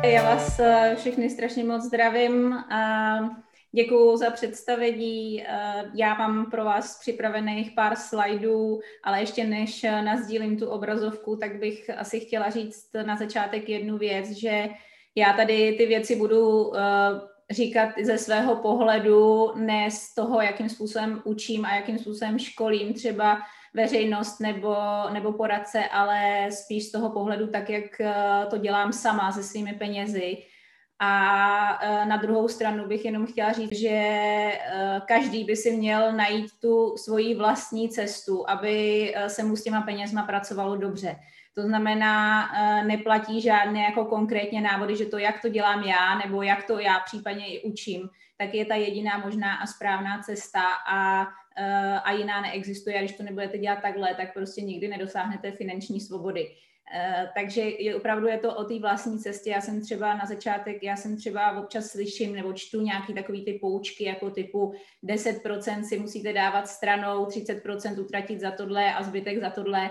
Já vás všechny strašně moc zdravím. Děkuju za představení. Já mám pro vás připravených pár slajdů, ale ještě než nasdílím tu obrazovku, tak bych asi chtěla říct na začátek jednu věc, že já tady ty věci budu říkat ze svého pohledu, ne z toho, jakým způsobem učím a jakým způsobem školím třeba veřejnost nebo poradce, ale spíš z toho pohledu tak, jak to dělám sama se svými penězi. A na druhou stranu bych jenom chtěla říct, že každý by si měl najít tu svoji vlastní cestu, aby se mu s těma penězma pracovalo dobře. To znamená, neplatí žádné jako konkrétně návody, že to, jak to dělám já, nebo jak to já případně i učím, tak je ta jediná možná a správná cesta a jiná neexistuje. A když to nebudete dělat takhle, tak prostě nikdy nedosáhnete finanční svobody. Takže opravdu je to o té vlastní cestě. Já jsem třeba občas slyším nebo čtu nějaký takový ty poučky jako typu 10% si musíte dávat stranou, 30% utratit za tohle a zbytek za tohle.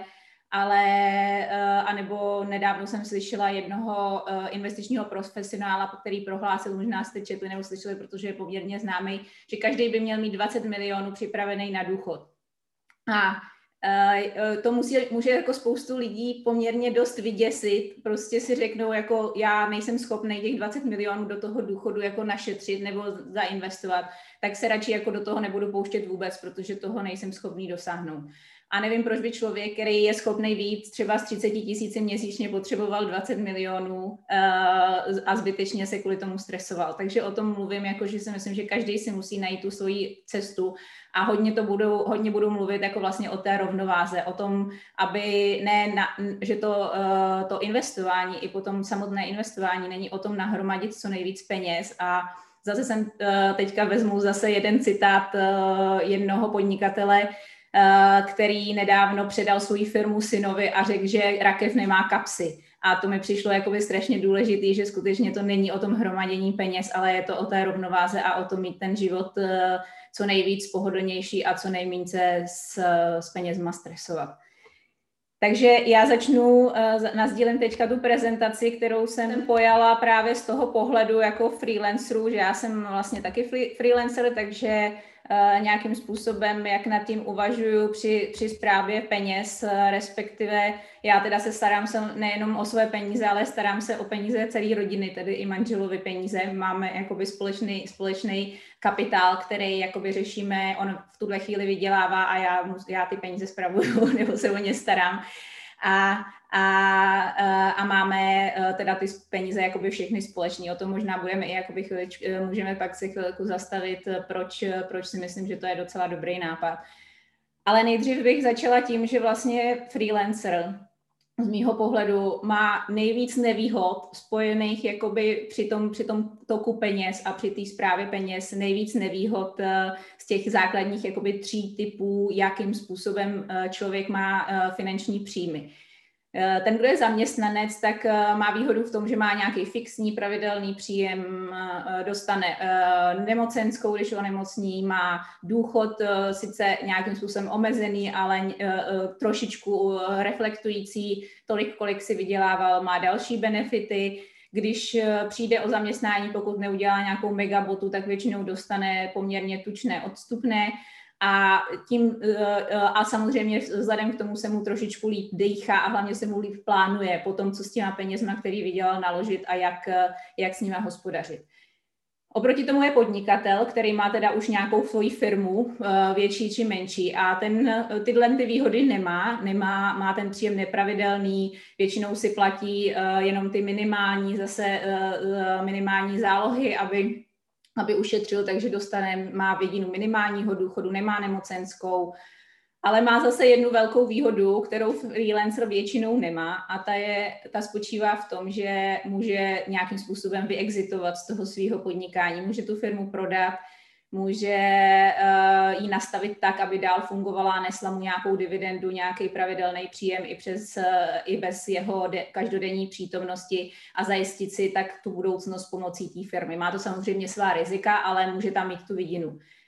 Anebo nedávno jsem slyšela jednoho investičního profesionála, který prohlásil, možná jste četli nebo slyšeli, protože je poměrně známý, že každý by měl mít 20 milionů připravený na důchod. A to může jako spoustu lidí poměrně dost vyděsit, prostě si řeknou, jako já nejsem schopný těch 20 milionů do toho důchodu jako našetřit nebo zainvestovat, tak se radši jako do toho nebudu pouštět vůbec, protože toho nejsem schopný dosáhnout. A nevím, proč by člověk, který je schopný vyjít třeba z 30 000 měsíčně, potřeboval 20 milionů a zbytečně se kvůli tomu stresoval. Takže o tom mluvím, jako že si myslím, že každý si musí najít tu svoji cestu a hodně budu mluvit jako vlastně o té rovnováze, o tom, aby že to investování i potom samotné investování není o tom nahromadit co nejvíc peněz. A zase jsem teďka vezmu zase jeden citát jednoho podnikatele, který nedávno předal svou firmu synovi a řekl, že rakev nemá kapsy. A to mi přišlo jakoby strašně důležitý, že skutečně to není o tom hromadění peněz, ale je to o té rovnováze a o tom mít ten život co nejvíc pohodlnější a co nejméně se s penězma stresovat. Takže já začnu, nasdílím teďka tu prezentaci, kterou jsem pojala právě z toho pohledu jako freelancerů, že já jsem vlastně taky freelancer, takže nějakým způsobem, jak nad tím uvažuju při správě peněz, respektive já teda se starám nejenom o své peníze, ale starám se o peníze celé rodiny, tedy i manželovi peníze. Máme jakoby společný kapitál, který jakoby řešíme, on v tuhle chvíli vydělává a já ty peníze spravuju nebo se o ně starám. A máme teda ty peníze jakoby všechny společný. O tom možná budeme i jakoby můžeme pak si chvilku zastavit, proč si myslím, že to je docela dobrý nápad. Ale nejdřív bych začala tím, že vlastně freelancer z mýho pohledu má nejvíc nevýhod spojených jakoby při tom toku peněz a při té správě peněz, nejvíc nevýhod z těch základních jakoby 3 typů, jakým způsobem člověk má finanční příjmy. Ten, kdo je zaměstnanec, tak má výhodu v tom, že má nějaký fixní, pravidelný příjem, dostane nemocenskou, když onemocní, má důchod sice nějakým způsobem omezený, ale trošičku reflektující tolik, kolik si vydělával, má další benefity. Když přijde o zaměstnání, pokud neudělá nějakou megabotu, tak většinou dostane poměrně tučné odstupné. A samozřejmě vzhledem k tomu se mu trošičku líp dýchá a hlavně se mu líp plánuje po tom, co s těma penězma, který vydělal, naložit a jak s nima hospodařit. Oproti tomu je podnikatel, který má teda už nějakou svoji firmu, větší či menší, a tyhle výhody má ten příjem nepravidelný, většinou si platí jenom ty minimální zálohy, aby ušetřil, takže má většinu minimálního důchodu, nemá nemocenskou, ale má zase jednu velkou výhodu, kterou freelancer většinou nemá, a ta spočívá v tom, že může nějakým způsobem vyexitovat z toho svého podnikání, může tu firmu prodat, může ji nastavit tak, aby dál fungovala a nesla mu nějakou dividendu, nějaký pravidelný příjem i bez jeho každodenní přítomnosti a zajistit si tak tu budoucnost pomocí té firmy. Má to samozřejmě svá rizika, ale může tam mít tu vidinu.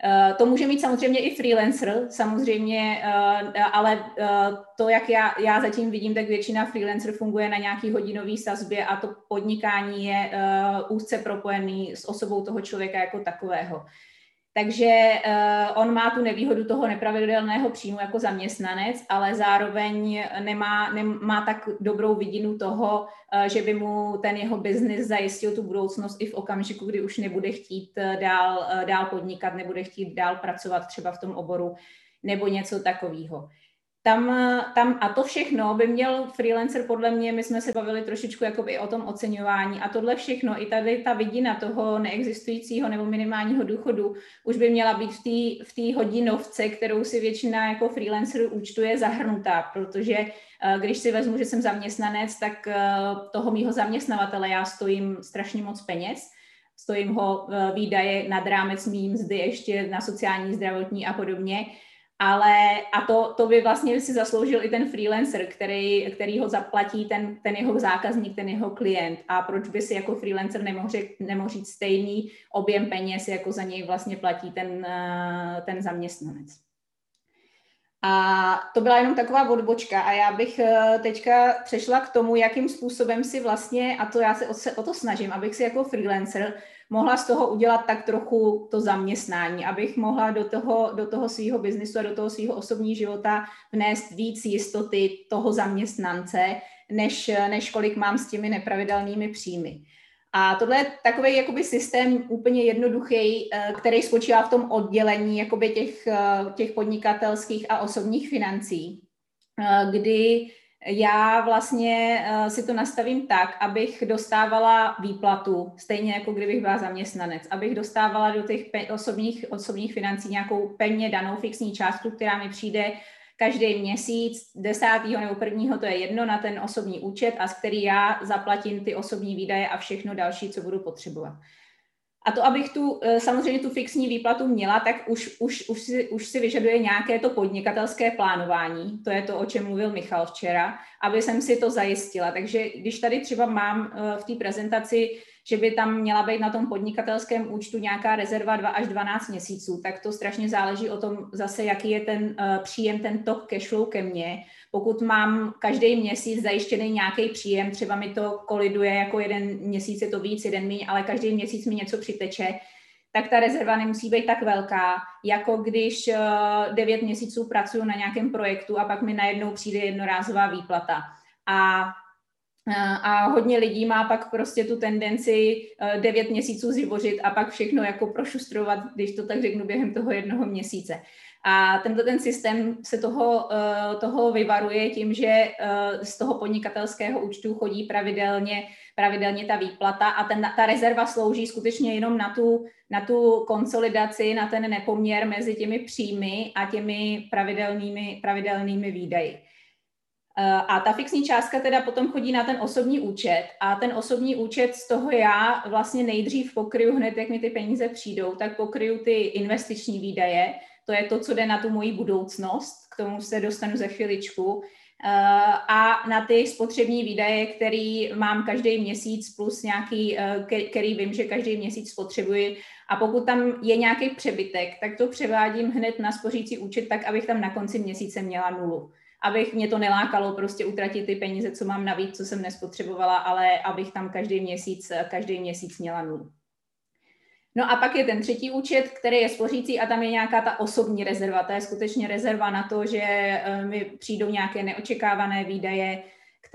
To může mít samozřejmě i freelancer, samozřejmě, ale to, jak já zatím vidím, tak většina freelancer funguje na nějaký hodinový sazbě a to podnikání je úzce propojený s osobou toho člověka jako takového. Takže on má tu nevýhodu toho nepravidelného příjmu jako zaměstnanec, ale zároveň nemá tak dobrou vidinu toho, že by mu ten jeho biznis zajistil tu budoucnost i v okamžiku, kdy už nebude chtít dál podnikat, nebude chtít dál pracovat třeba v tom oboru nebo něco takového. Tam a to všechno by měl freelancer, podle mě, my jsme se bavili trošičku jakoby o tom oceňování a tohle všechno, i tady ta vidina toho neexistujícího nebo minimálního důchodu už by měla být v té hodinovce, kterou si většina jako freelancerů účtuje, zahrnutá, protože když si vezmu, že jsem zaměstnanec, tak toho mýho zaměstnavatele já stojím strašně moc peněz, stojím ho výdaje nad rámec mý mzdy ještě na sociální, zdravotní a podobně. A to by vlastně si zasloužil i ten freelancer, který ho zaplatí ten jeho zákazník, ten jeho klient. A proč by si jako freelancer nemohl říct stejný objem peněz, jako za něj vlastně platí ten zaměstnanec. A to byla jenom taková odbočka a já bych teďka přešla k tomu, jakým způsobem si vlastně, a to já se o to snažím, abych si jako freelancer mohla z toho udělat tak trochu to zaměstnání, abych mohla do toho svého biznisu a do toho svého osobního života vnést víc jistoty toho zaměstnance, než kolik mám s těmi nepravidelnými příjmy. A tohle je takový jakoby systém úplně jednoduchý, který spočívá v tom oddělení jakoby těch podnikatelských a osobních financí, kdy já vlastně si to nastavím tak, abych dostávala výplatu, stejně jako kdybych byla zaměstnanec, abych dostávala do těch osobních financí nějakou pevně danou fixní částku, která mi přijde každý měsíc, 10. nebo 1. to je jedno, na ten osobní účet a z který já zaplatím ty osobní výdaje a všechno další, co budu potřebovat. A to, abych samozřejmě tu fixní výplatu měla, tak už si vyžaduje nějaké to podnikatelské plánování. To je to, o čem mluvil Michal včera, aby jsem si to zajistila. Takže když tady třeba mám v té prezentaci, že by tam měla být na tom podnikatelském účtu nějaká rezerva 2 až 12 měsíců, tak to strašně záleží o tom zase, jaký je ten příjem, ten tok cashflow ke mně. Pokud mám každý měsíc zajištěný nějaký příjem, třeba mi to koliduje, jako jeden měsíc je to víc, jeden míň, ale každý měsíc mi něco přiteče, tak ta rezerva nemusí být tak velká, jako když 9 měsíců pracuji na nějakém projektu a pak mi najednou přijde jednorázová výplata. A hodně lidí má pak prostě tu tendenci 9 měsíců živořit a pak všechno jako prošustrovat, když to tak řeknu, během toho jednoho měsíce. A ten systém se toho vyvaruje tím, že z toho podnikatelského účtu chodí pravidelně ta výplata a ta rezerva slouží skutečně jenom na tu konsolidaci, na ten nepoměr mezi těmi příjmy a těmi pravidelnými výdaji. A ta fixní částka teda potom chodí na ten osobní účet a ten osobní účet z toho já vlastně nejdřív pokryju hned, jak mi ty peníze přijdou, tak pokryju ty investiční výdaje, to je to, co jde na tu moji budoucnost, k tomu se dostanu za chviličku, a na ty spotřební výdaje, který mám každý měsíc plus nějaký, který vím, že každý měsíc spotřebuji. A pokud tam je nějaký přebytek, tak to převádím hned na spořící účet tak, abych tam na konci měsíce měla nulu. Abych mě to nelákalo prostě utratit ty peníze, co mám navíc, co jsem nespotřebovala, ale abych tam každý měsíc měla nulu. No a pak je ten třetí účet, který je spořící a tam je nějaká ta osobní rezerva. To je skutečně rezerva na to, že mi přijdou nějaké neočekávané výdaje,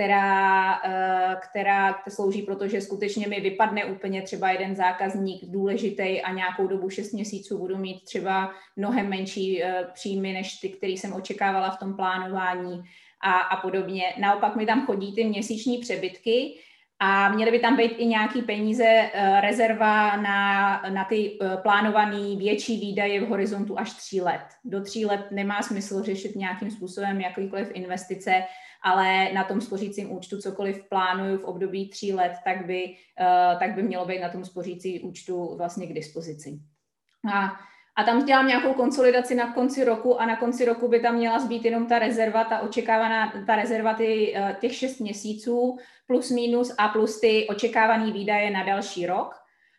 která slouží proto, že skutečně mi vypadne úplně třeba jeden zákazník důležitý a nějakou dobu 6 měsíců budu mít třeba mnohem menší příjmy než ty, který jsem očekávala v tom plánování a podobně. Naopak mi tam chodí ty měsíční přebytky a měly by tam být i nějaký peníze, rezerva na ty plánované větší výdaje v horizontu až 3 let. Do 3 let nemá smysl řešit nějakým způsobem jakýkoliv investice, ale na tom spořícím účtu cokoliv plánuju v období 3 let, tak by mělo být na tom spořící účtu vlastně k dispozici. A tam dělám nějakou konsolidaci na konci roku a na konci roku by tam měla zbýt jenom ta rezerva, ta rezerva těch 6 měsíců plus minus a plus ty očekávané výdaje na další rok.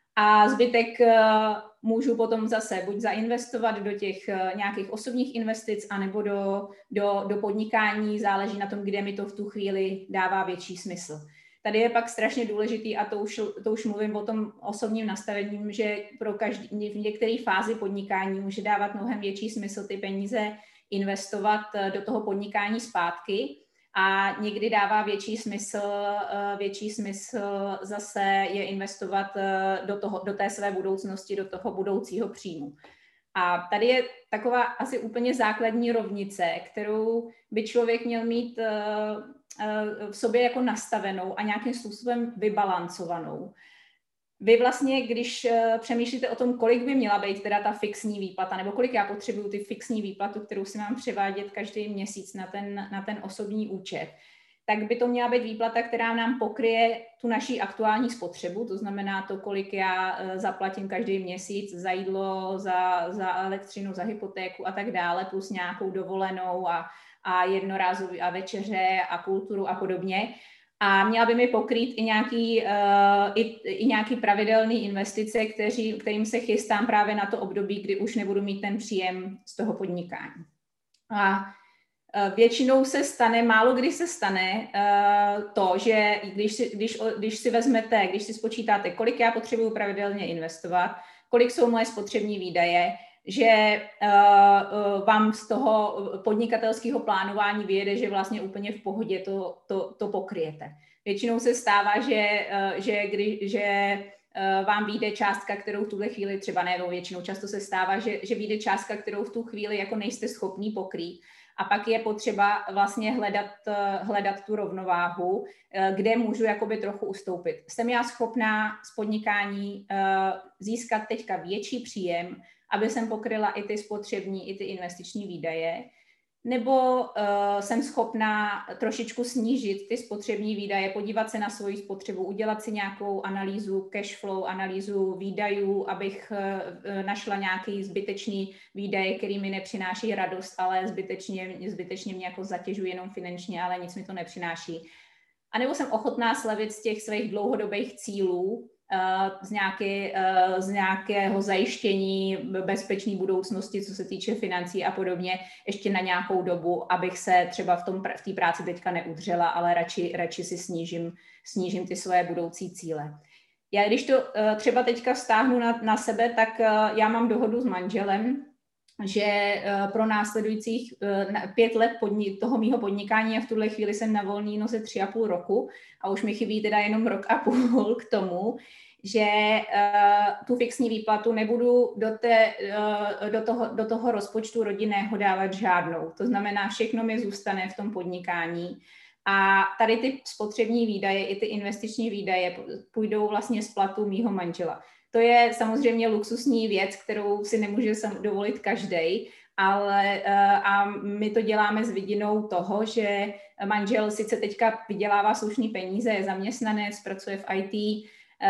A zbytek můžu potom zase buď zainvestovat do těch nějakých osobních investic, anebo do podnikání, záleží na tom, kde mi to v tu chvíli dává větší smysl. Tady je pak strašně důležitý, a to už mluvím o tom osobním nastavením, že v některé fázi podnikání může dávat mnohem větší smysl ty peníze investovat do toho podnikání zpátky, a někdy dává větší smysl zase je investovat do té své budoucnosti, do toho budoucího příjmu. A tady je taková asi úplně základní rovnice, kterou by člověk měl mít v sobě jako nastavenou a nějakým způsobem vybalancovanou. Vy vlastně, když přemýšlíte o tom, kolik by měla být teda ta fixní výplata, nebo kolik já potřebuju ty fixní výplatu, kterou si mám převádět každý měsíc na ten osobní účet, tak by to měla být výplata, která nám pokryje tu naší aktuální spotřebu, to znamená to, kolik já zaplatím každý měsíc za jídlo, za elektřinu, za hypotéku a tak dále, plus nějakou dovolenou a jednorázový a večeře a kulturu a podobně. A měla by mi pokrýt i nějaký pravidelný investice, kterým se chystám právě na to období, kdy už nebudu mít ten příjem z toho podnikání. A většinou se stane, málo kdy se stane to, že když si spočítáte, kolik já potřebuju pravidelně investovat, kolik jsou moje spotřební výdaje, že vám z toho podnikatelského plánování vyjede, že vlastně úplně v pohodě to pokryjete. Většinou se stává, že vám vyjde částka, kterou v tuhle chvíli třeba většinou často se stává, že vyjde částka, kterou v tu chvíli jako nejste schopní pokrýt. A pak je potřeba vlastně hledat tu rovnováhu, kde můžu jakoby trochu ustoupit. Jsem já schopná z podnikání získat teďka větší příjem, aby jsem pokryla i ty spotřební, i ty investiční výdaje, nebo jsem schopná trošičku snížit ty spotřební výdaje, podívat se na svoji spotřebu, udělat si nějakou analýzu cash flow, analýzu výdajů, abych našla nějaký zbytečný výdaje, který mi nepřináší radost, ale zbytečně mě jako zatěžují jenom finančně, ale nic mi to nepřináší. A nebo jsem ochotná slevit z těch svých dlouhodobých cílů, z nějakého zajištění bezpečné budoucnosti, co se týče financí a podobně, ještě na nějakou dobu, abych se třeba v té práci teďka neudřela, ale radši si snížím ty svoje budoucí cíle. Já když to třeba teďka vztáhnu na sebe, tak já mám dohodu s manželem, že pro následujících 5 let toho mýho podnikání, a v tuhle chvíli jsem na volný noze 3,5 roku a už mi chybí teda jenom 1,5 roku k tomu, že tu fixní výplatu nebudu do toho rozpočtu rodinného dávat žádnou. To znamená, všechno mi zůstane v tom podnikání. A tady ty spotřební výdaje i ty investiční výdaje půjdou vlastně z platu mýho manžela. To je samozřejmě luxusní věc, kterou si nemůže dovolit každej, ale a my to děláme s vidinou toho, že manžel sice teďka vydělává slušný peníze, je zaměstnanec, pracuje v IT,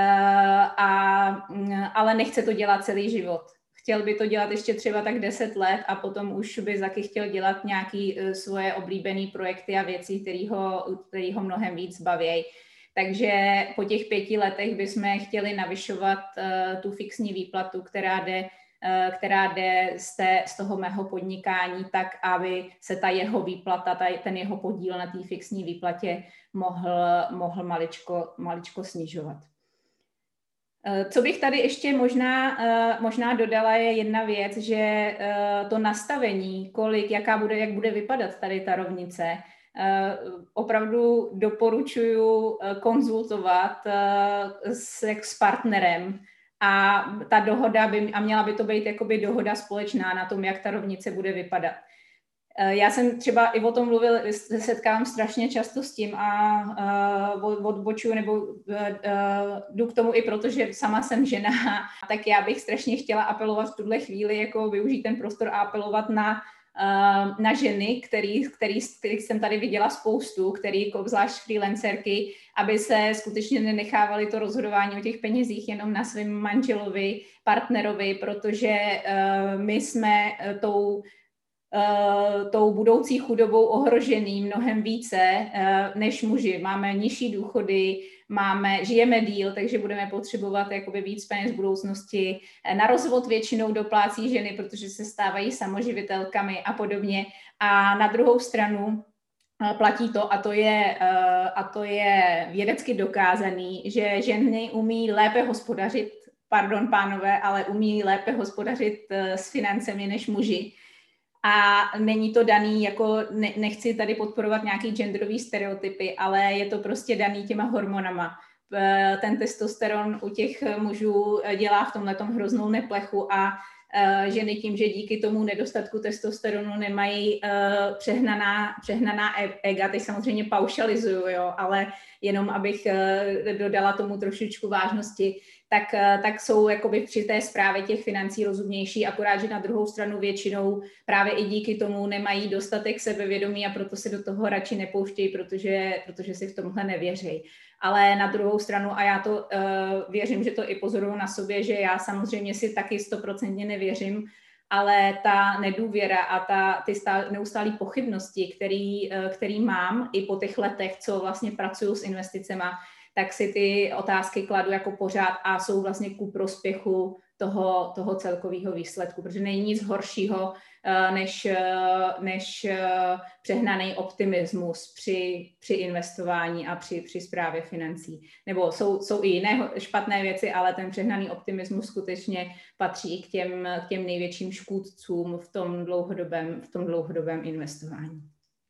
ale nechce to dělat celý život. Chtěl by to dělat ještě třeba tak 10 let a potom už by taky chtěl dělat nějaké svoje oblíbené projekty a věci, které ho mnohem víc baví. Takže po těch 5 letech bychom chtěli navyšovat tu fixní výplatu, která jde z toho mého podnikání, tak aby se ta jeho výplata, ten jeho podíl na té fixní výplatě mohl maličko snižovat. Co bych tady ještě možná dodala, je jedna věc, že to nastavení, jak bude vypadat tady ta rovnice, opravdu doporučuji konzultovat s partnerem a ta dohoda měla by to být jakoby dohoda společná na tom, jak ta rovnice bude vypadat. Já jsem třeba i o tom setkávám strašně často s tím a odbočuju nebo jdu k tomu i proto, že sama jsem žena, tak já bych strašně chtěla apelovat v tuhle chvíli, jako využít ten prostor a apelovat na ženy, kterých jsem tady viděla spoustu, který obzvlášť freelancerky, aby se skutečně nenechávali to rozhodování o těch penězích jenom na svém manželovi, partnerovi, protože my jsme tou budoucí chudobou ohrožený mnohem více než muži. Máme nižší důchody, žijeme díl, takže budeme potřebovat jakoby víc peněz v budoucnosti. Na rozvod většinou doplácí ženy, protože se stávají samoživitelkami a podobně. A na druhou stranu platí to, a to je vědecky dokázaný, že ženy umí lépe hospodařit, pardon pánové, ale umí lépe hospodařit s financemi než muži. A není to daný, jako nechci tady podporovat nějaký genderový stereotypy, ale je to prostě daný těma hormonama. Ten testosteron u těch mužů dělá v tomhletom hroznou neplechu a ženy tím, že díky tomu nedostatku testosteronu nemají přehnaná ega, teď samozřejmě paušalizuju, jo, ale jenom abych dodala tomu trošičku vážnosti, tak jsou jakoby při té správě těch financí rozumnější, akorát, že na druhou stranu většinou právě i díky tomu nemají dostatek sebevědomí a proto se do toho radši nepouštějí, protože si v tomhle nevěří. Ale na druhou stranu, a já to věřím, že to i pozoruju na sobě, že já samozřejmě si taky 100% nevěřím, ale ta nedůvěra a ty neustálé pochybnosti, který mám i po těch letech, co vlastně pracuju s investicema, tak si ty otázky kladu jako pořád a jsou vlastně ku prospěchu toho celkového výsledku, protože není nic horšího než přehnaný optimismus při investování a při správě financí. Nebo jsou i jiné špatné věci, ale ten přehnaný optimismus skutečně patří k těm největším škůdcům v tom dlouhodobém investování.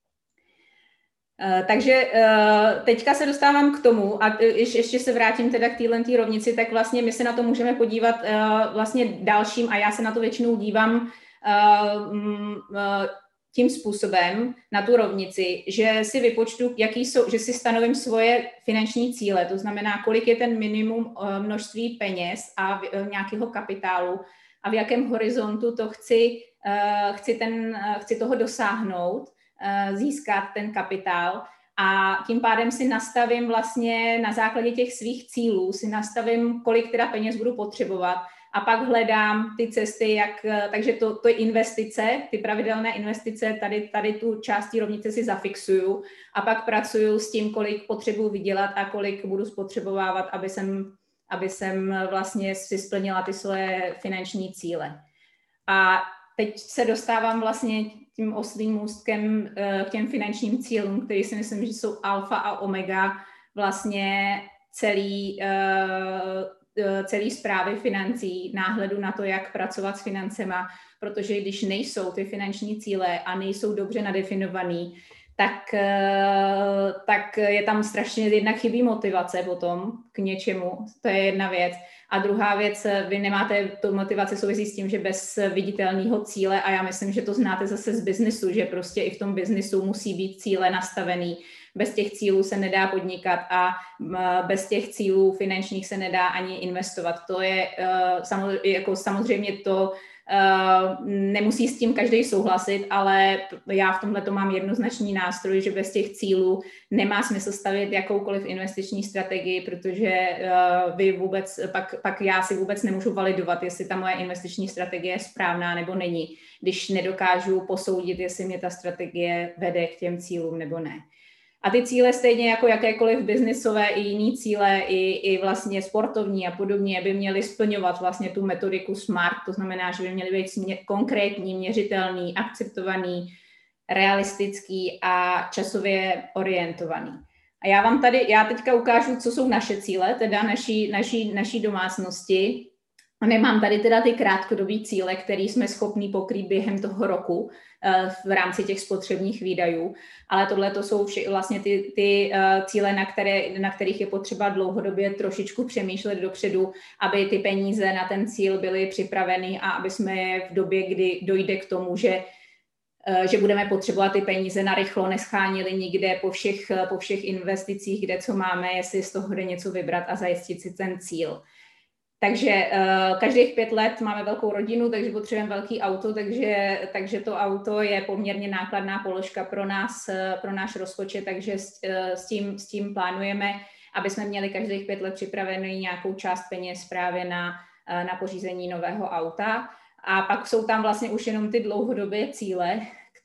Takže teďka se dostávám k tomu a ještě se vrátím teda k této rovnici, tak vlastně my se na to můžeme podívat vlastně dalším a já se na to většinou dívám tím způsobem na tu rovnici, že si vypočtu, že si stanovím svoje finanční cíle, to znamená, kolik je ten minimum množství peněz a nějakého kapitálu a v jakém horizontu to chci toho dosáhnout, získat ten kapitál a tím pádem si nastavím vlastně na základě těch svých cílů, si nastavím, kolik teda peněz budu potřebovat a pak hledám ty cesty, takže to je investice, ty pravidelné investice, tady tu část rovnice si zafixuju a pak pracuju s tím, kolik potřebuji vydělat a kolik budu spotřebovávat, aby jsem vlastně si splnila ty svoje finanční cíle. A teď se dostávám vlastně tím oslím můstkem k těm finančním cílům, které si myslím, že jsou alfa a omega vlastně celý správy financí, náhledu na to, jak pracovat s financema, protože když nejsou ty finanční cíle a nejsou dobře nadefinovaný, tak je tam strašně jednak chybí motivace potom k něčemu, to je jedna věc. A druhá věc, vy nemáte tu motivaci souvisí s tím, že bez viditelného cíle, a já myslím, že to znáte zase z biznisu, že prostě i v tom biznisu musí být cíle nastavený. Bez těch cílů se nedá podnikat a bez těch cílů finančních se nedá ani investovat. To je samozřejmě to, nemusí s tím každý souhlasit, ale já v tomhle to mám jednoznačný nástroj, že bez těch cílů nemá smysl stavět jakoukoliv investiční strategii, protože pak já si vůbec nemůžu validovat, jestli ta moje investiční strategie je správná nebo není, když nedokážu posoudit, jestli mě ta strategie vede k těm cílům nebo ne. A ty cíle stejně jako jakékoliv biznisové i jiný cíle, i vlastně sportovní a podobně, by měly splňovat vlastně tu metodiku SMART, to znamená, že by měly být konkrétní, měřitelný, akceptovaný, realistický a časově orientovaný. A já teďka ukážu, co jsou naše cíle, teda naší domácnosti. A nemám tady teda ty krátkodobý cíle, které jsme schopni pokrýt během toho roku v rámci těch spotřebních výdajů, ale tohle to jsou vlastně ty cíle, na kterých je potřeba dlouhodobě trošičku přemýšlet dopředu, aby ty peníze na ten cíl byly připraveny a aby jsme je v době, kdy dojde k tomu, že budeme potřebovat ty peníze narychlo, neschánili nikde po všech investicích, kde co máme, jestli z toho jde něco vybrat a zajistit si ten cíl. Takže každých 5 let máme velkou rodinu, takže potřebujeme velký auto, takže to auto je poměrně nákladná položka pro náš rozpočet, takže s tím plánujeme, aby jsme měli každých 5 let připravený nějakou část peněz právě na pořízení nového auta. A pak jsou tam vlastně už jenom ty dlouhodobé cíle,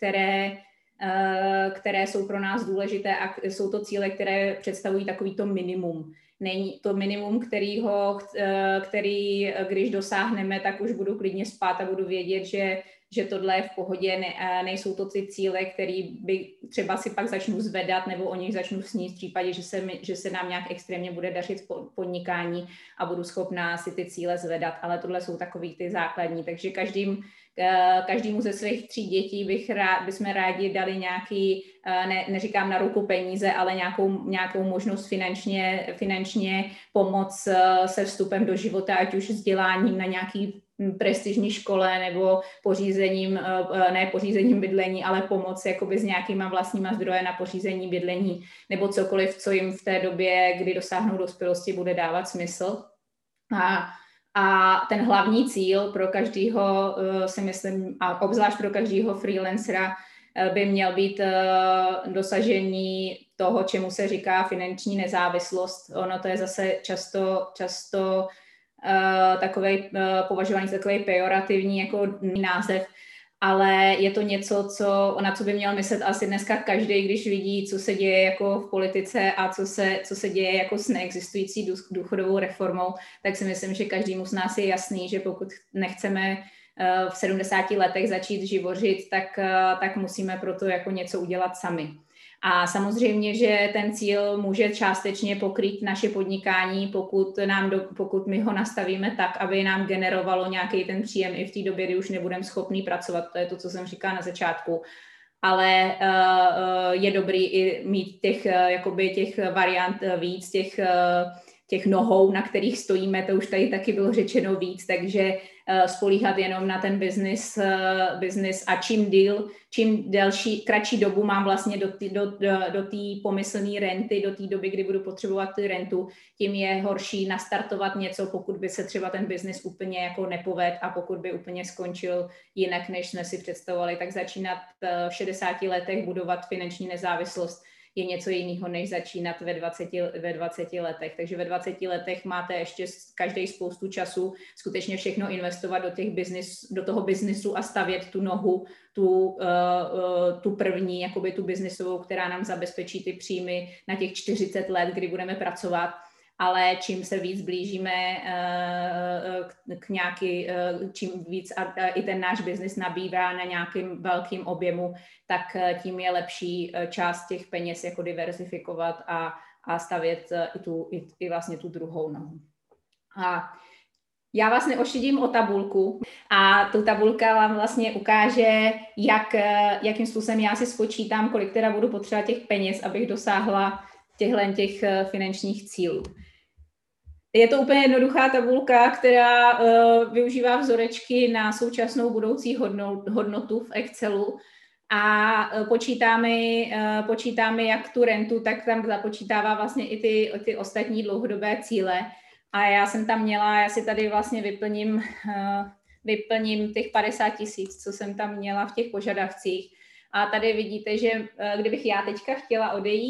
které jsou pro nás důležité a jsou to cíle, které představují takovýto minimum. Není to minimum, který když dosáhneme, tak už budu klidně spát a budu vědět, že tohle je v pohodě, nejsou to ty cíle, které by třeba si pak začnu zvedat nebo o nich začnu snít v případě, že se nám nějak extrémně bude dařit v podnikání a budu schopná si ty cíle zvedat, ale tohle jsou takový ty základní, takže každému ze svých 3 dětí bychom rádi dali nějaký, neříkám na ruku peníze, ale nějakou možnost finančně pomoct se vstupem do života, ať už vzděláním na nějaký prestižní škole nebo pořízením bydlení, ale pomoc jakoby s nějakýma vlastníma zdroje na pořízení bydlení nebo cokoliv, co jim v té době, kdy dosáhnou dospělosti, bude dávat smysl. A ten hlavní cíl pro každého, si myslím, a obzvlášť pro každého freelancera, by měl být dosažení toho, čemu se říká finanční nezávislost. Ono to je zase často považovaný za takový pejorativní jako název, ale je to něco, na co by měl myslet asi dneska každý, když vidí, co se děje jako v politice a co se děje jako s neexistující důchodovou reformou, tak si myslím, že každému z nás je jasný, že pokud nechceme v 70 letech začít živořit, tak musíme pro to jako něco udělat sami. A samozřejmě, že ten cíl může částečně pokrýt naše podnikání, pokud my ho nastavíme tak, aby nám generovalo nějaký ten příjem i v té době, kdy už nebudeme schopní pracovat. To je to, co jsem říkala na začátku. Ale je dobrý i mít těch variant víc, těch nohou, na kterých stojíme, to už tady taky bylo řečeno víc, takže spolíhat jenom na ten business a čím kratší dobu mám vlastně do té pomyslné renty, do té doby, kdy budu potřebovat tu rentu, tím je horší nastartovat něco, pokud by se třeba ten business úplně jako nepovedl a pokud by úplně skončil jinak, než jsme si představovali, tak začínat v 60 letech budovat finanční nezávislost je něco jiného, než začínat ve 20 letech. Takže ve 20 letech máte ještě každý spoustu času skutečně všechno investovat do toho biznisu a stavět tu nohu, tu první, jakoby tu biznisovou, která nám zabezpečí ty příjmy na těch 40 let, kdy budeme pracovat. Ale čím se víc blížíme čím víc a i ten náš biznis nabývá na nějakým velkým objemu, tak tím je lepší část těch peněz jako diverzifikovat a stavět i vlastně tu druhou nohu. A já vás neošidím o tabulku a tu tabulka vám vlastně ukáže, jakým způsobem já si spočítám, kolik teda budu potřebovat těch peněz, abych dosáhla těch finančních cílů. Je to úplně jednoduchá tabulka, která využívá vzorečky na současnou budoucí hodnotu v Excelu a počítáme jak tu rentu, tak tam započítává vlastně i ty ostatní dlouhodobé cíle. A já si tady vlastně vyplním těch 50 000, co jsem tam měla v těch požadavcích. A tady vidíte, že kdybych já teďka chtěla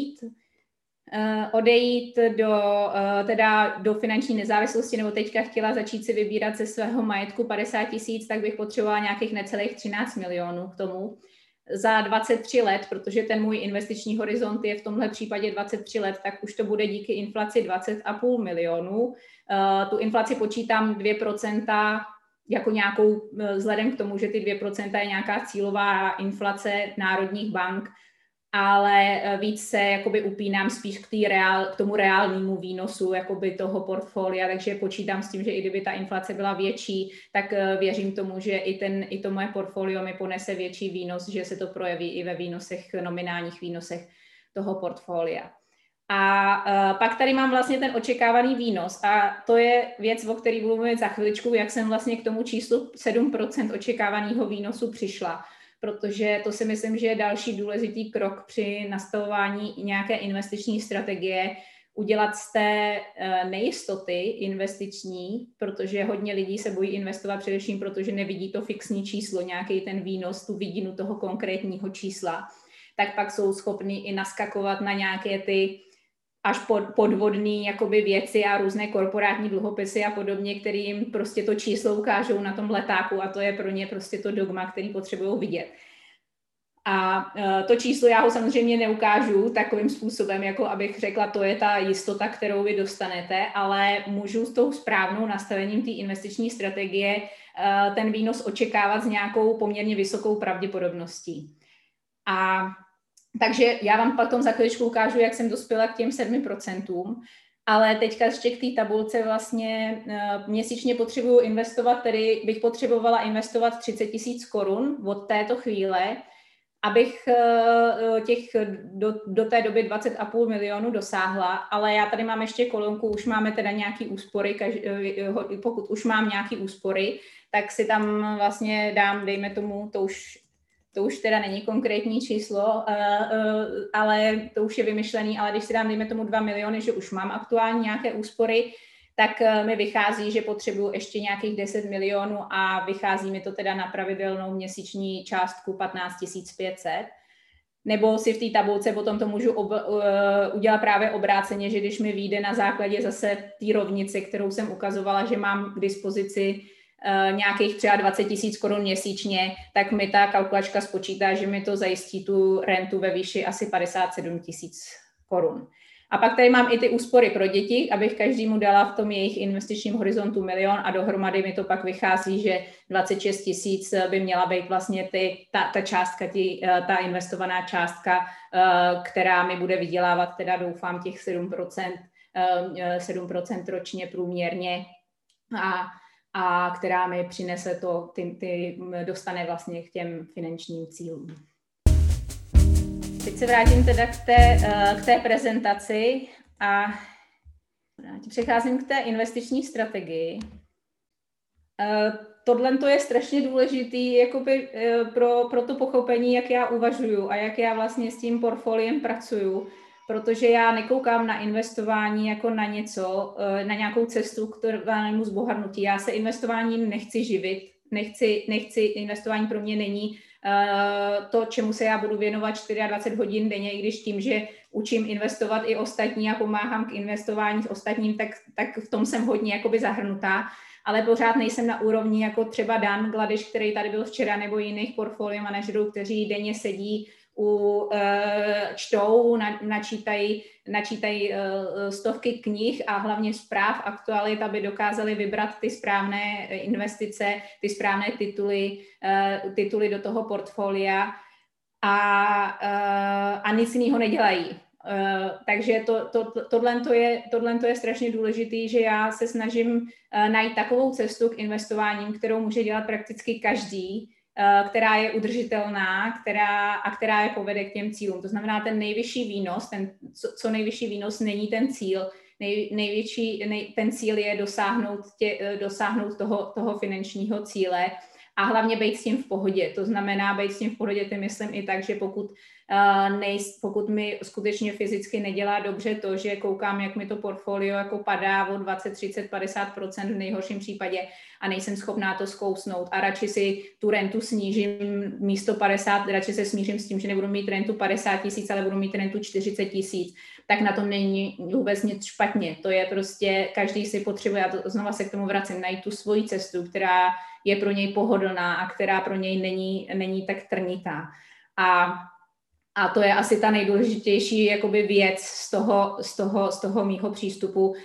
odejít do finanční nezávislosti, nebo teďka chtěla začít si vybírat ze svého majetku 50 000, tak bych potřebovala nějakých necelých 13 milionů k tomu. Za 23 let, protože ten můj investiční horizont je v tomhle případě 23 let, tak už to bude díky inflaci 20,5 milionů. Tu inflaci počítám 2% jako nějakou, vzhledem k tomu, že ty 2% je nějaká cílová inflace národních bank, ale víc se jakoby upínám spíš k tomu reálnému výnosu jakoby toho portfolia, takže počítám s tím, že i kdyby ta inflace byla větší, tak věřím tomu, že i to moje portfolio mi ponese větší výnos, že se to projeví i ve nominálních výnosech toho portfolia. A pak tady mám vlastně ten očekávaný výnos a to je věc, o které budu mluvit za chviličku, jak jsem vlastně k tomu číslu 7% očekávaného výnosu přišla. Protože to si myslím, že je další důležitý krok při nastavování nějaké investiční strategie, udělat z té nejistoty investiční, protože hodně lidí se bojí investovat především, protože nevidí to fixní číslo, nějaký ten výnos, tu vidinu toho konkrétního čísla, tak pak jsou schopni i naskakovat na nějaké ty až podvodný jakoby věci a různé korporátní dluhopisy a podobně, kterým prostě to číslo ukážou na tom letáku a to je pro ně prostě to dogma, který potřebují vidět. A to číslo já ho samozřejmě neukážu takovým způsobem, jako abych řekla, to je ta jistota, kterou vy dostanete, ale můžu s tou správnou nastavením té investiční strategie ten výnos očekávat s nějakou poměrně vysokou pravděpodobností. A takže já vám potom za chvíličku ukážu, jak jsem dospěla k těm 7%, ale teďka ještě k té tabulce vlastně měsíčně potřebuju investovat, tedy bych potřebovala investovat 30 000 korun od této chvíle, abych do té doby 20,5 milionu dosáhla, ale já tady mám ještě kolonku, už máme teda nějaký úspory, pokud už mám nějaký úspory, tak si tam vlastně dám, dejme tomu, to už teda není konkrétní číslo, ale to už je vymyšlený, ale když si dám, dejme tomu 2 miliony, že už mám aktuálně nějaké úspory, tak mi vychází, že potřebuji ještě nějakých 10 milionů a vychází mi to teda na pravidelnou měsíční částku 15 500. Nebo si v té tabulce potom to můžu udělat právě obráceně, že když mi vyjde na základě zase té rovnice, kterou jsem ukazovala, že mám k dispozici nějakých třeba 20 000 korun měsíčně, tak mi ta kalkulačka spočítá, že mi to zajistí tu rentu ve výši asi 57 000 korun. A pak tady mám i ty úspory pro děti, abych každému dala v tom jejich investičním horizontu 1 000 000 a dohromady mi to pak vychází, že 26 000 by měla být vlastně ta částka, ta investovaná částka, která mi bude vydělávat, teda doufám těch 7% ročně průměrně a která mi přinese dostane vlastně k těm finančním cílům. Teď se vrátím teda k té prezentaci a přecházím k té investiční strategii. Tohle to je strašně důležitý jakoby, pro to pochopení, jak já uvažuju a jak já vlastně s tím portfoliem pracuju, protože já nekoukám na investování jako na něco, na nějakou cestu k trvalému zbohatnutí. Já se investováním nechci živit, investování pro mě není to, čemu se já budu věnovat 24 hodin denně, i když tím, že učím investovat i ostatní a pomáhám k investování s ostatním, tak v tom jsem hodně jakoby zahrnutá, ale pořád nejsem na úrovni jako třeba Dan Gladiš, který tady byl včera, nebo jiných portfolio manažerů, kteří denně sedí čtou, načítají stovky knih a hlavně zpráv, aktualit, aby dokázali vybrat ty správné investice, ty správné tituly do toho portfolia a nic jiného nedělají. Takže tohle je strašně důležitý, že já se snažím najít takovou cestu k investováním, kterou může dělat prakticky každý, která je udržitelná, která je povede k těm cílům. To znamená, ten nejvyšší výnos, co nejvyšší výnos není ten cíl. Ten cíl je dosáhnout toho finančního cíle a hlavně být s tím v pohodě. To znamená, být s tím v pohodě, tím myslím i tak, že pokud mi skutečně fyzicky nedělá dobře to, že koukám, jak mi to portfolio jako padá o 20, 30, 50% v nejhorším případě a nejsem schopná to zkousnout a radši si tu rentu snížím místo 50, radši se smířím s tím, že nebudu mít rentu 50 000, ale budu mít rentu 40 000, tak na tom není vůbec nic špatně. To je prostě, každý si potřebuje, a to znova se k tomu vracím, najít tu svoji cestu, která je pro něj pohodlná a která pro něj není tak trnitá. A to je asi ta nejdůležitější jakoby věc z toho mýho přístupu,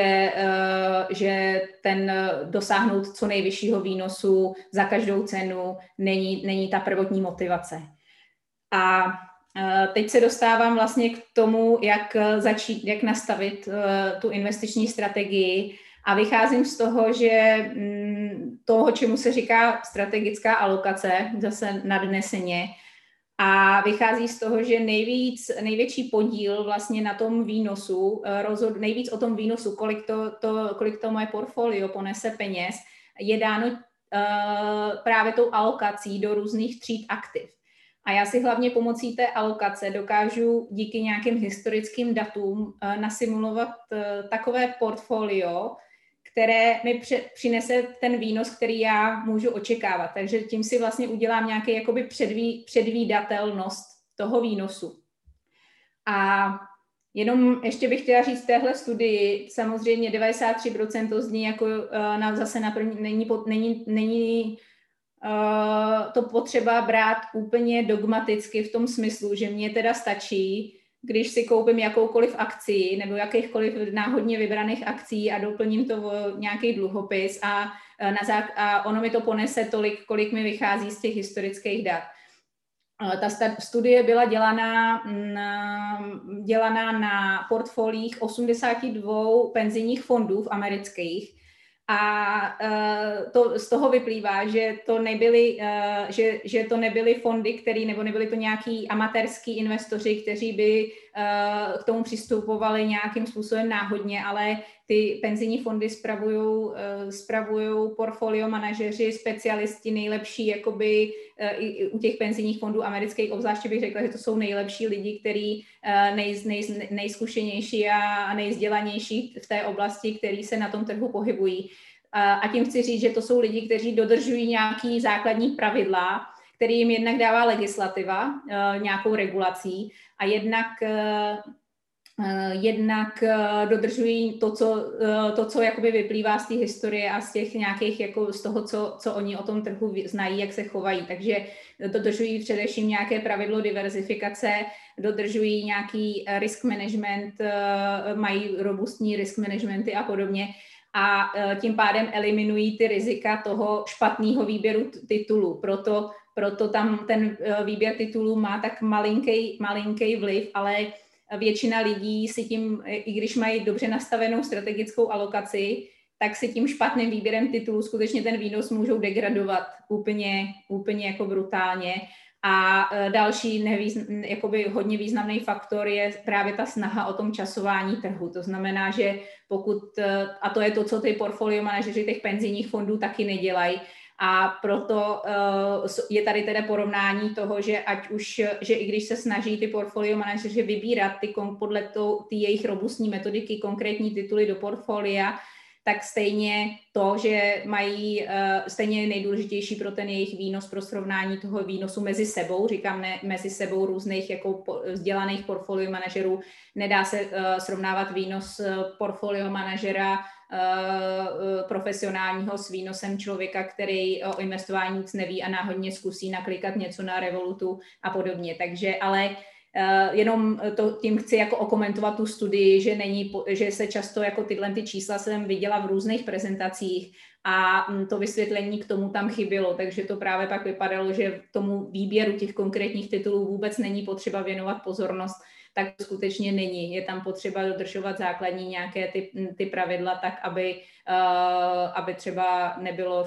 že ten dosáhnout co nejvyššího výnosu za každou cenu není ta prvotní motivace. A teď se dostávám vlastně k tomu, jak nastavit tu investiční strategii a vycházím z toho, že toho, čemu se říká strategická alokace, zase nadneseně, a vychází z toho, že největší podíl vlastně na tom výnosu, nejvíc o tom výnosu, kolik to moje portfolio ponese peněz, je dáno právě tou alokací do různých tříd aktiv. A já si hlavně pomocí té alokace dokážu díky nějakým historickým datům nasimulovat takové portfolio, které mi přinese ten výnos, který já můžu očekávat. Takže tím si vlastně udělám nějaký jakoby předvídatelnost toho výnosu. A Jenom ještě bych chtěla říct téhle studii, samozřejmě 93% to zní jako zase na první, není to potřeba brát úplně dogmaticky v tom smyslu, že mně teda stačí, když si koupím jakoukoliv akci nebo jakýchkoliv náhodně vybraných akcí a doplním to v nějaký dluhopis a ono mi to ponese tolik, kolik mi vychází z těch historických dat. Ta studie byla dělaná na portfoliích 82 penzijních fondů amerických a z toho vyplývá, že to nebyly fondy, nebo nebyly to nějaký amatérský investoři, kteří by k tomu přistupovali nějakým způsobem náhodně, ale ty penzijní fondy spravují portfolio manažeři, specialisti, nejlepší, jakoby i u těch penzijních fondů amerických, obzvláště bych řekla, že to jsou nejlepší lidi, kteří nejzkušenější a nejvzdělanější v té oblasti, který se na tom trhu pohybují. A tím chci říct, že to jsou lidi, kteří dodržují nějaký základní pravidla, který jim jednak dává legislativa, nějakou regulací, a jednak dodržují to, co jakoby vyplývá z té historie a z těch nějakých, jako z toho, co oni o tom trhu znají, jak se chovají. Takže dodržují především nějaké pravidlo diverzifikace, dodržují nějaký risk management, mají robustní risk managementy a podobně. A tím pádem eliminují ty rizika toho špatného výběru titulů. Proto tam ten výběr titulů má tak malinký vliv, ale většina lidí si tím, i když mají dobře nastavenou strategickou alokaci, tak si tím špatným výběrem titulů skutečně ten výnos můžou degradovat úplně jako brutálně. A další jakoby hodně významný faktor je právě ta snaha o tom časování trhu. To znamená, že a to je to, co ty portfolio manažeři těch penzijních fondů taky nedělají, a proto je tady teda porovnání toho, že že i když se snaží ty portfolio manažeři vybírat podle ty jejich robustní metodiky konkrétní tituly do portfolia, tak stejně to, že mají stejně nejdůležitější pro ten jejich výnos, pro srovnání toho výnosu mezi sebou, říkám mezi sebou různých jako vzdělaných portfolio manažerů, nedá se srovnávat výnos portfolio manažera profesionálního s výnosem člověka, který o investování nic neví a náhodně zkusí naklikat něco na Revolutu a podobně. Takže ale jenom tím chci jako okomentovat tu studii, že se často jako tyhle čísla jsem viděla v různých prezentacích a to vysvětlení k tomu tam chybělo, takže to právě pak vypadalo, že tomu výběru těch konkrétních titulů vůbec není potřeba věnovat pozornost, tak to skutečně není. Je tam potřeba dodržovat základní nějaké ty pravidla tak, aby třeba nebylo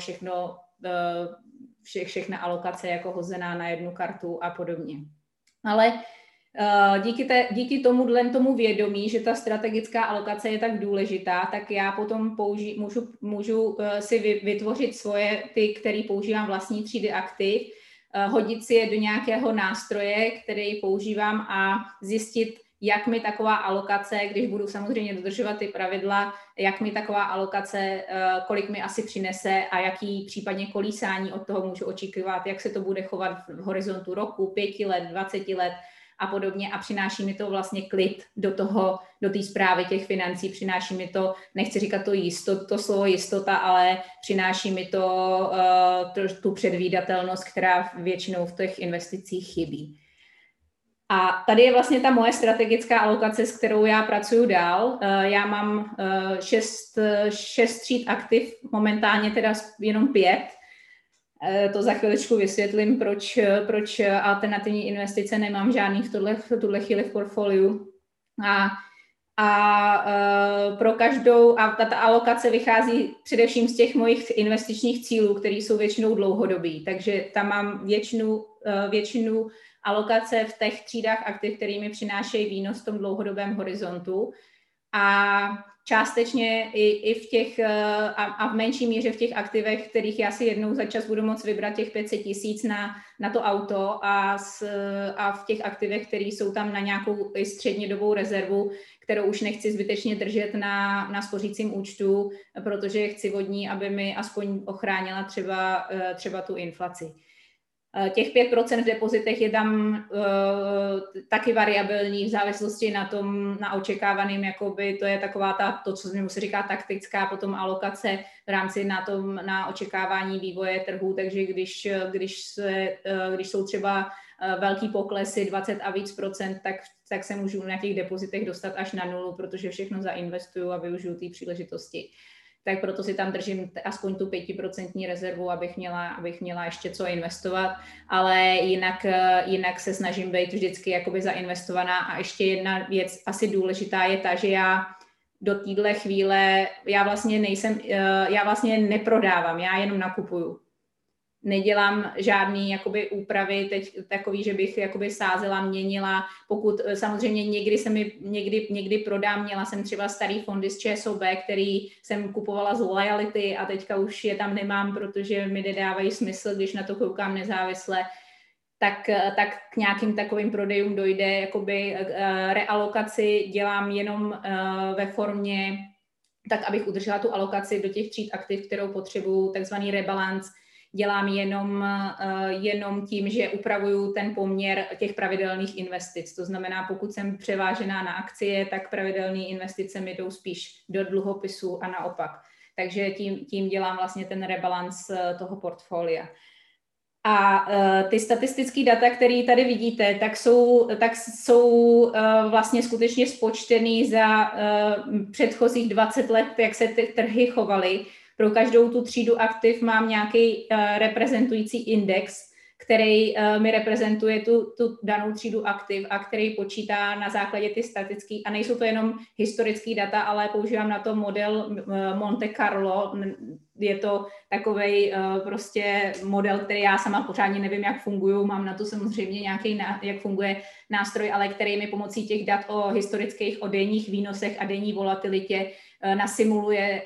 všechna alokace jako hozená na jednu kartu a podobně. Ale díky tomu vědomí, že ta strategická alokace je tak důležitá, tak já potom můžu si vytvořit svoje, ty, který používám vlastní třídy aktiv, hodit si je do nějakého nástroje, který používám a zjistit, jak mi taková alokace, když budu samozřejmě dodržovat ty pravidla, jak mi taková alokace, kolik mi asi přinese a jaký případně kolísání od toho můžu očekávat, jak se to bude chovat v horizontu roku, 5 let, 20 let a podobně, a přináší mi to vlastně klid do té správy těch financí, přináší mi to, nechci říkat to slovo jistota, ale přináší mi to tu předvídatelnost, která většinou v těch investicích chybí. A tady je vlastně ta moje strategická alokace, s kterou já pracuji dál. Já mám 6 tříd aktiv, momentálně teda jenom 5. To za chviličku vysvětlím, proč alternativní investice nemám žádný v tuhle chvíli v portfoliu. A pro každou, a ta alokace vychází především z těch mojich investičních cílů, které jsou většinou dlouhodobý. Takže tam mám většinu alokace v těch třídách aktiv, které mi přinášejí výnos v tom dlouhodobém horizontu. A částečně i v těch, a v menší míře v těch aktivech, kterých já si jednou za čas budu moct vybrat těch 500 000 na to auto, a v těch aktivech, které jsou tam na nějakou střednědobou rezervu, kterou už nechci zbytečně držet na spořícím účtu, protože chci od ní, aby mi aspoň ochránila třeba tu inflaci. Těch 5% v depozitech je tam taky variabilní v závislosti na očekávaným, jakoby to je taková to, co se říká taktická potom alokace v rámci na očekávání vývoje trhu, takže když jsou třeba velký poklesy 20 a víc procent, tak se můžu na těch depozitech dostat až na nulu, protože všechno zainvestuju a využiju té příležitosti. Tak proto si tam držím aspoň tu 5% rezervu, abych měla ještě co investovat, ale jinak se snažím být vždycky jakoby zainvestovaná. A ještě jedna věc asi důležitá je ta, že já do téhle chvíle, já vlastně neprodávám, já jenom nakupuju. Nedělám žádný jakoby úpravy teď takový, že bych jakoby sázela, měnila. Pokud samozřejmě někdy prodám, měla jsem třeba starý fondy z ČSOB, který jsem kupovala z loyalty a teďka už je tam nemám, protože mi nedávají smysl, když na to koukám nezávisle, tak k nějakým takovým prodejům dojde. Jakoby realokaci dělám jenom ve formě, tak abych udržela tu alokaci do těch tříd aktiv, kterou potřebuju, takzvaný rebalance. Dělám jenom tím, že upravuju ten poměr těch pravidelných investic. To znamená, pokud jsem převážená na akcie, tak pravidelné investice mi jdou spíš do dluhopisů a naopak. Takže tím dělám vlastně ten rebalance toho portfolia. A ty statistické data, které tady vidíte, tak jsou vlastně skutečně spočtený za předchozích 20 let, jak se ty trhy chovaly. Pro každou tu třídu aktiv mám nějaký reprezentující index, který mi reprezentuje tu danou třídu aktiv a který počítá na základě ty statické, a nejsou to jenom historické data, ale používám na to model Monte Carlo. Je to takovej prostě model, který já sama pořádně nevím, jak fungují. Mám na to samozřejmě nějaký, jak funguje nástroj, ale který mi pomocí těch dat o historických, o denních výnosech a denní volatilitě nasimuluje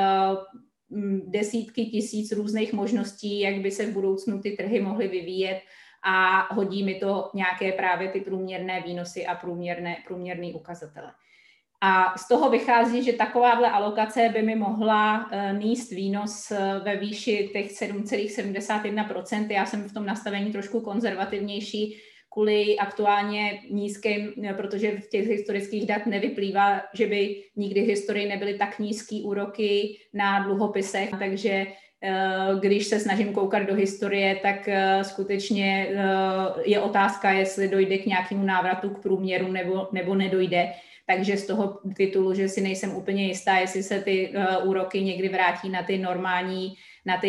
desítky tisíc různých možností, jak by se v budoucnu ty trhy mohly vyvíjet, a hodí mi to nějaké právě ty průměrné výnosy a průměrné ukazatele. A z toho vychází, že takováhle alokace by mi mohla nést výnos ve výši těch 7,71%. Já jsem v tom nastavení trošku konzervativnější kvůli aktuálně nízkým, protože v těch historických dat nevyplývá, že by nikdy v historii nebyly tak nízký úroky na dluhopisech, takže když se snažím koukat do historie, tak skutečně je otázka, jestli dojde k nějakému návratu k průměru nebo nedojde. Takže z toho titulu, že si nejsem úplně jistá, jestli se ty úroky někdy vrátí na ty normální, na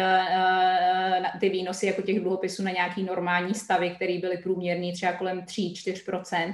ty výnosy jako těch dluhopisů na nějaký normální stavy, které byly průměrný třeba kolem 3-4%.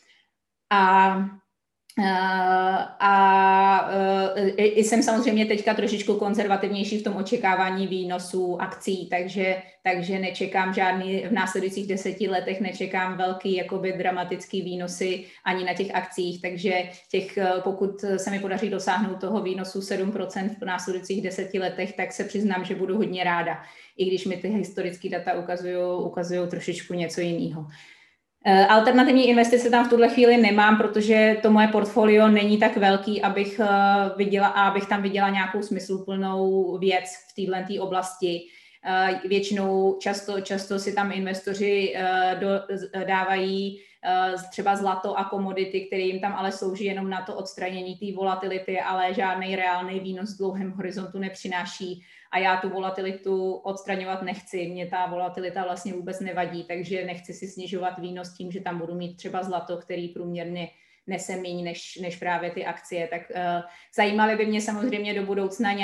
Jsem samozřejmě teďka trošičku konzervativnější v tom očekávání výnosů akcí, takže nečekám žádný, v následujících 10 letech nečekám velký jakoby dramatický výnosy ani na těch akcích, takže pokud se mi podaří dosáhnout toho výnosu 7% v následujících 10 letech, tak se přiznám, že budu hodně ráda, i když mi ty historické data ukazují trošičku něco jiného. Alternativní investice tam v tuhle chvíli nemám, protože to moje portfolio není tak velký, abych tam viděla nějakou smysluplnou věc v této oblasti. Většinou často si tam investoři dávají třeba zlato a komodity, které jim tam ale slouží jenom na to odstranění té volatility, ale žádný reálný výnos v dlouhém horizontu nepřináší. A já tu volatilitu odstraňovat nechci. Mně ta volatilita vlastně vůbec nevadí, takže nechci si snižovat výnos tím, že tam budu mít třeba zlato, který průměrně nese míň než právě ty akcie. Tak zajímaly by mě samozřejmě do budoucna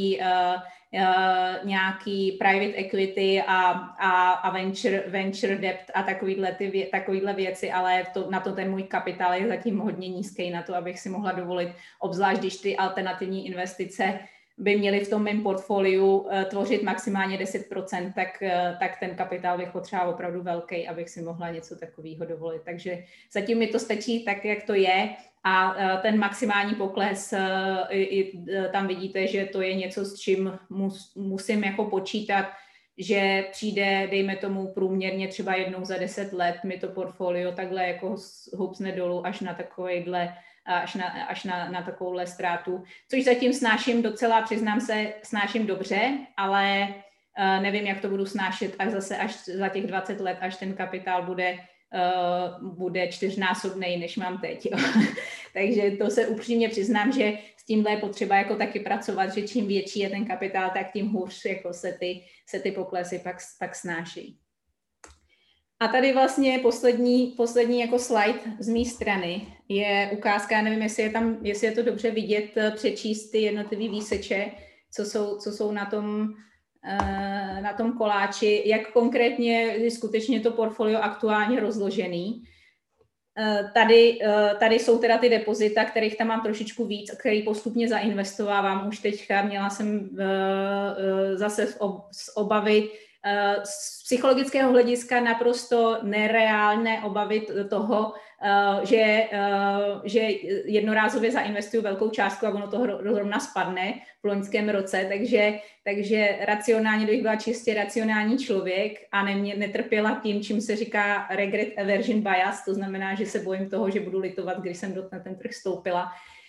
nějaký private equity a venture debt a takovýhle věci, ale na to ten můj kapitál je zatím hodně nízký na to, abych si mohla dovolit, obzvlášť když ty alternativní investice by měly v tom mém portfoliu tvořit maximálně 10%, tak ten kapitál bych potřebovala opravdu velký, abych si mohla něco takového dovolit. Takže zatím mi to stačí tak, jak to je, a ten maximální pokles, tam vidíte, že to je něco, s čím musím jako počítat, že přijde, dejme tomu průměrně třeba jednou za 10 let, mi to portfolio takhle jako houpsne dolů až na takovejhle až na takovouhle ztrátu, což zatím snáším docela, přiznám se, snáším dobře, ale Nevím, jak to budu snášet až za těch 20 let, až ten kapitál bude 4násobnej, než mám teď. Jo. Takže to se upřímně přiznám, že s tímhle je potřeba jako taky pracovat, že čím větší je ten kapitál, tak tím hůř jako se ty poklesy pak snáší. A tady vlastně poslední jako slide z mé strany je ukázka, nevím, jestli je to dobře vidět, přečíst ty jednotlivý výseče, co jsou na tom koláči, jak konkrétně je skutečně to portfolio aktuálně rozložený. Tady jsou teda ty depozita, kterých tam mám trošičku víc, který postupně zainvestovávám. Už teďka měla jsem zase z obavy, z psychologického hlediska naprosto nereálné obavy toho, že jednorázově zainvestuju velkou částku a ono to rovna spadne v loňském roce, takže racionálně, kdybych byla čistě racionální člověk a netrpěla tím, čím se říká regret aversion bias, to znamená, že se bojím toho, že budu litovat, když jsem na ten trh vstoupila,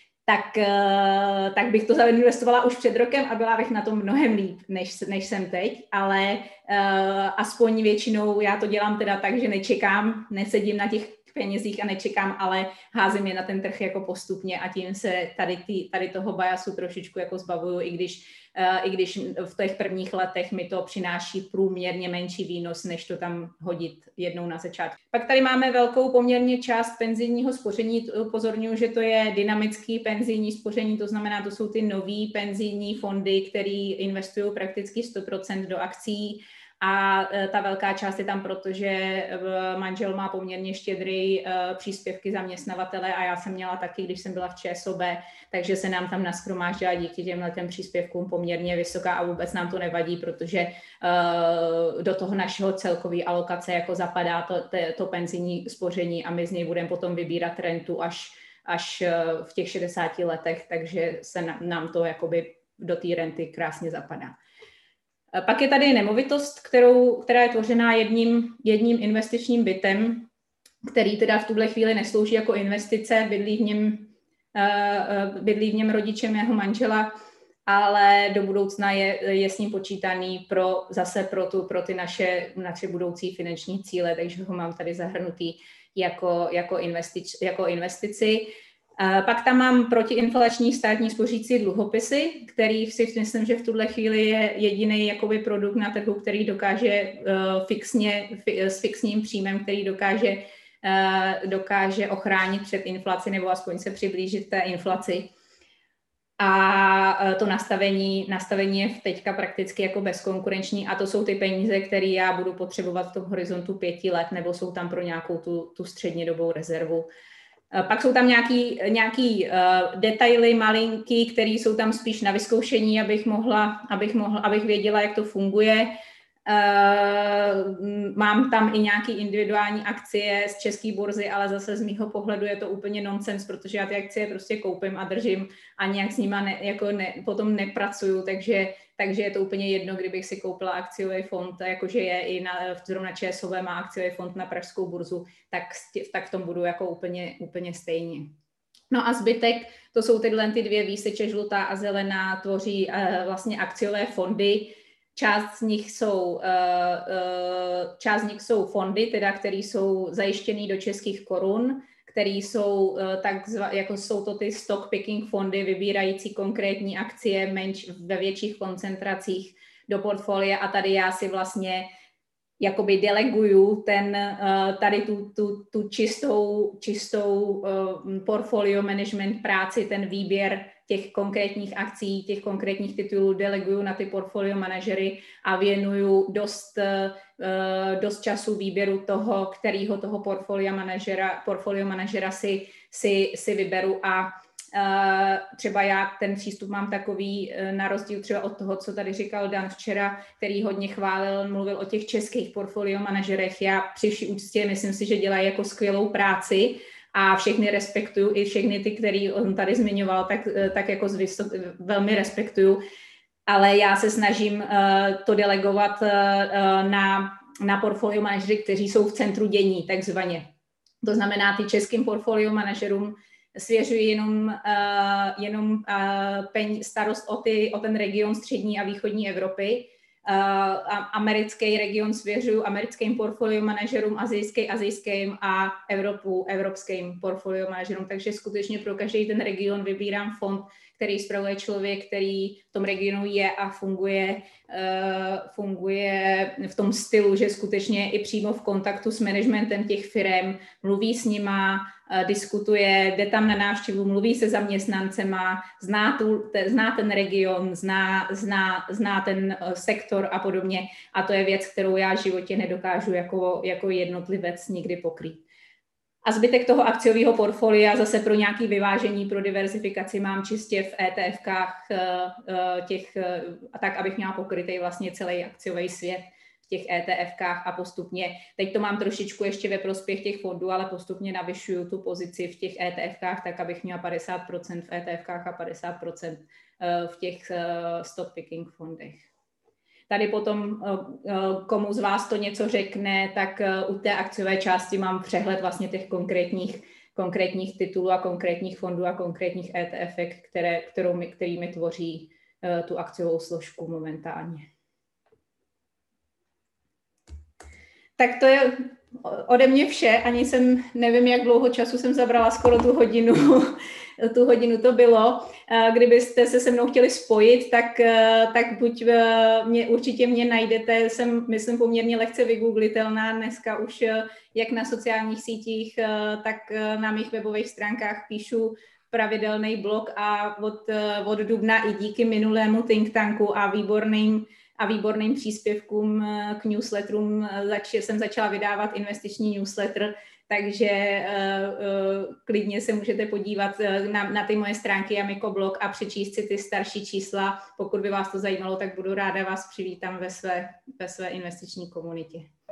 tak bych to zainvestovala už před rokem a byla bych na tom mnohem líp, než jsem teď, ale aspoň většinou já to dělám teda tak, že nečekám, nesedím na těch penězích a nečekám, ale házím je na ten trh jako postupně a tím se tady toho biasu trošičku jako zbavuju, i když v těch prvních letech mi to přináší průměrně menší výnos, než to tam hodit jednou na začátku. Pak tady máme velkou poměrně část penzijního spoření. Upozorňuji, že to je dynamický penzijní spoření, to znamená, to jsou ty nový penzijní fondy, které investují prakticky 100% do akcí. A ta velká část je tam, protože manžel má poměrně štědrý příspěvky zaměstnavatele a já jsem měla taky, když jsem byla v ČSOB, takže se nám tam nashromáždila díky těm příspěvkům poměrně vysoká a vůbec nám to nevadí, protože do toho našeho celkové alokace jako zapadá to penzijní spoření a my z něj budeme potom vybírat rentu až v těch 60 letech, takže nám to jakoby do té renty krásně zapadá. Pak je tady nemovitost, která je tvořená jedním investičním bytem, který teda v tuhle chvíli neslouží jako investice, bydlí v něm rodiče mého manžela, ale do budoucna je s ním počítaný pro ty naše budoucí finanční cíle, takže ho mám tady zahrnutý jako investici. Pak tam mám protiinflační státní spořící dluhopisy, který si myslím, že v tuhle chvíli je jediný jakoby produkt na trhu, který dokáže s fixním příjmem, který dokáže ochránit před inflaci nebo aspoň se přiblížit té inflaci. A to nastavení je teďka prakticky jako bezkonkurenční a to jsou ty peníze, které já budu potřebovat v tom horizontu 5 let nebo jsou tam pro nějakou tu střednědobou rezervu. Pak jsou tam nějaký detaily malinký, které jsou tam spíš na vyzkoušení, abych věděla, jak to funguje. Mám tam i nějaké individuální akcie z české burzy, ale zase z mýho pohledu je to úplně nonsens, protože já ty akcie prostě koupím a držím a nějak s nima potom nepracuju, takže je to úplně jedno, kdybych si koupila akciový fond, jakože je i zrovna ČSOB má akciový fond na pražskou burzu, tak v tom budu jako úplně stejně. No a zbytek, to jsou tyhle ty dvě výseče, žlutá a zelená, tvoří vlastně akciové fondy. Část z nich jsou fondy, teda, které jsou zajištěné do českých korun, které jsou jako jsou to ty stock picking fondy, vybírající konkrétní akcie ve větších koncentracích do portfolia a tady já si vlastně jakoby deleguju tady tu čistou portfolio management práci, ten výběr těch konkrétních akcí, těch konkrétních titulů deleguju na ty portfolio manažery a věnuju dost času výběru kterého toho portfolio manažera si vyberu a třeba já ten přístup mám takový na rozdíl třeba od toho, co tady říkal Dan včera, který hodně chválil, mluvil o těch českých portfolio manažerech. Já při vší úctě myslím si, že dělají jako skvělou práci a všechny respektuju, i všechny ty, který on tady zmiňoval, tak jako velmi respektuju, ale já se snažím to delegovat na portfolio manažery, kteří jsou v centru dění, takzvaně. To znamená, ty českým portfolio manažerům svěřuji jenom starost o ten region střední a východní Evropy americký region svěřuju americkým portfolio manažerům, azijským a evropským portfolio manažerům. Takže skutečně pro každý ten region vybírám fond, který spravuje člověk, který v tom regionu je a funguje v tom stylu, že skutečně i přímo v kontaktu s managementem těch firem, mluví s nima, diskutuje, jde tam na návštěvu, mluví se zaměstnancema, zná ten region, zná ten sektor a podobně. A to je věc, kterou já v životě nedokážu jako jednotlivec nikdy pokrýt. A zbytek toho akciového portfolia zase pro nějaké vyvážení, pro diverzifikaci mám čistě v ETFkách tak, abych měla pokrytý vlastně celý akciový svět v těch ETFkách a postupně, teď to mám trošičku ještě ve prospěch těch fondů, ale postupně navyšuju tu pozici v těch ETFkách tak, abych měla 50% v ETFkách a 50% v těch stock picking fondech. Tady potom, komu z vás to něco řekne, tak u té akciové části mám přehled vlastně těch konkrétních titulů a konkrétních fondů a konkrétních ETFek, kterými tvoří tu akciovou složku momentálně. Tak to je ode mě vše. Nevím, jak dlouho času jsem zabrala, skoro tu hodinu to bylo. Kdybyste se mnou chtěli spojit, tak určitě mě najdete, jsem, myslím, poměrně lehce vygooglitelná dneska už jak na sociálních sítích, tak na mých webových stránkách píšu pravidelný blog a od dubna i díky minulému think tanku a výborným příspěvkům k newsletterům jsem začala vydávat investiční newsletter, takže klidně se můžete podívat na ty moje stránky Amiko blog a přečíst si ty starší čísla. Pokud by vás to zajímalo, tak budu ráda, vás přivítám ve své investiční komunitě.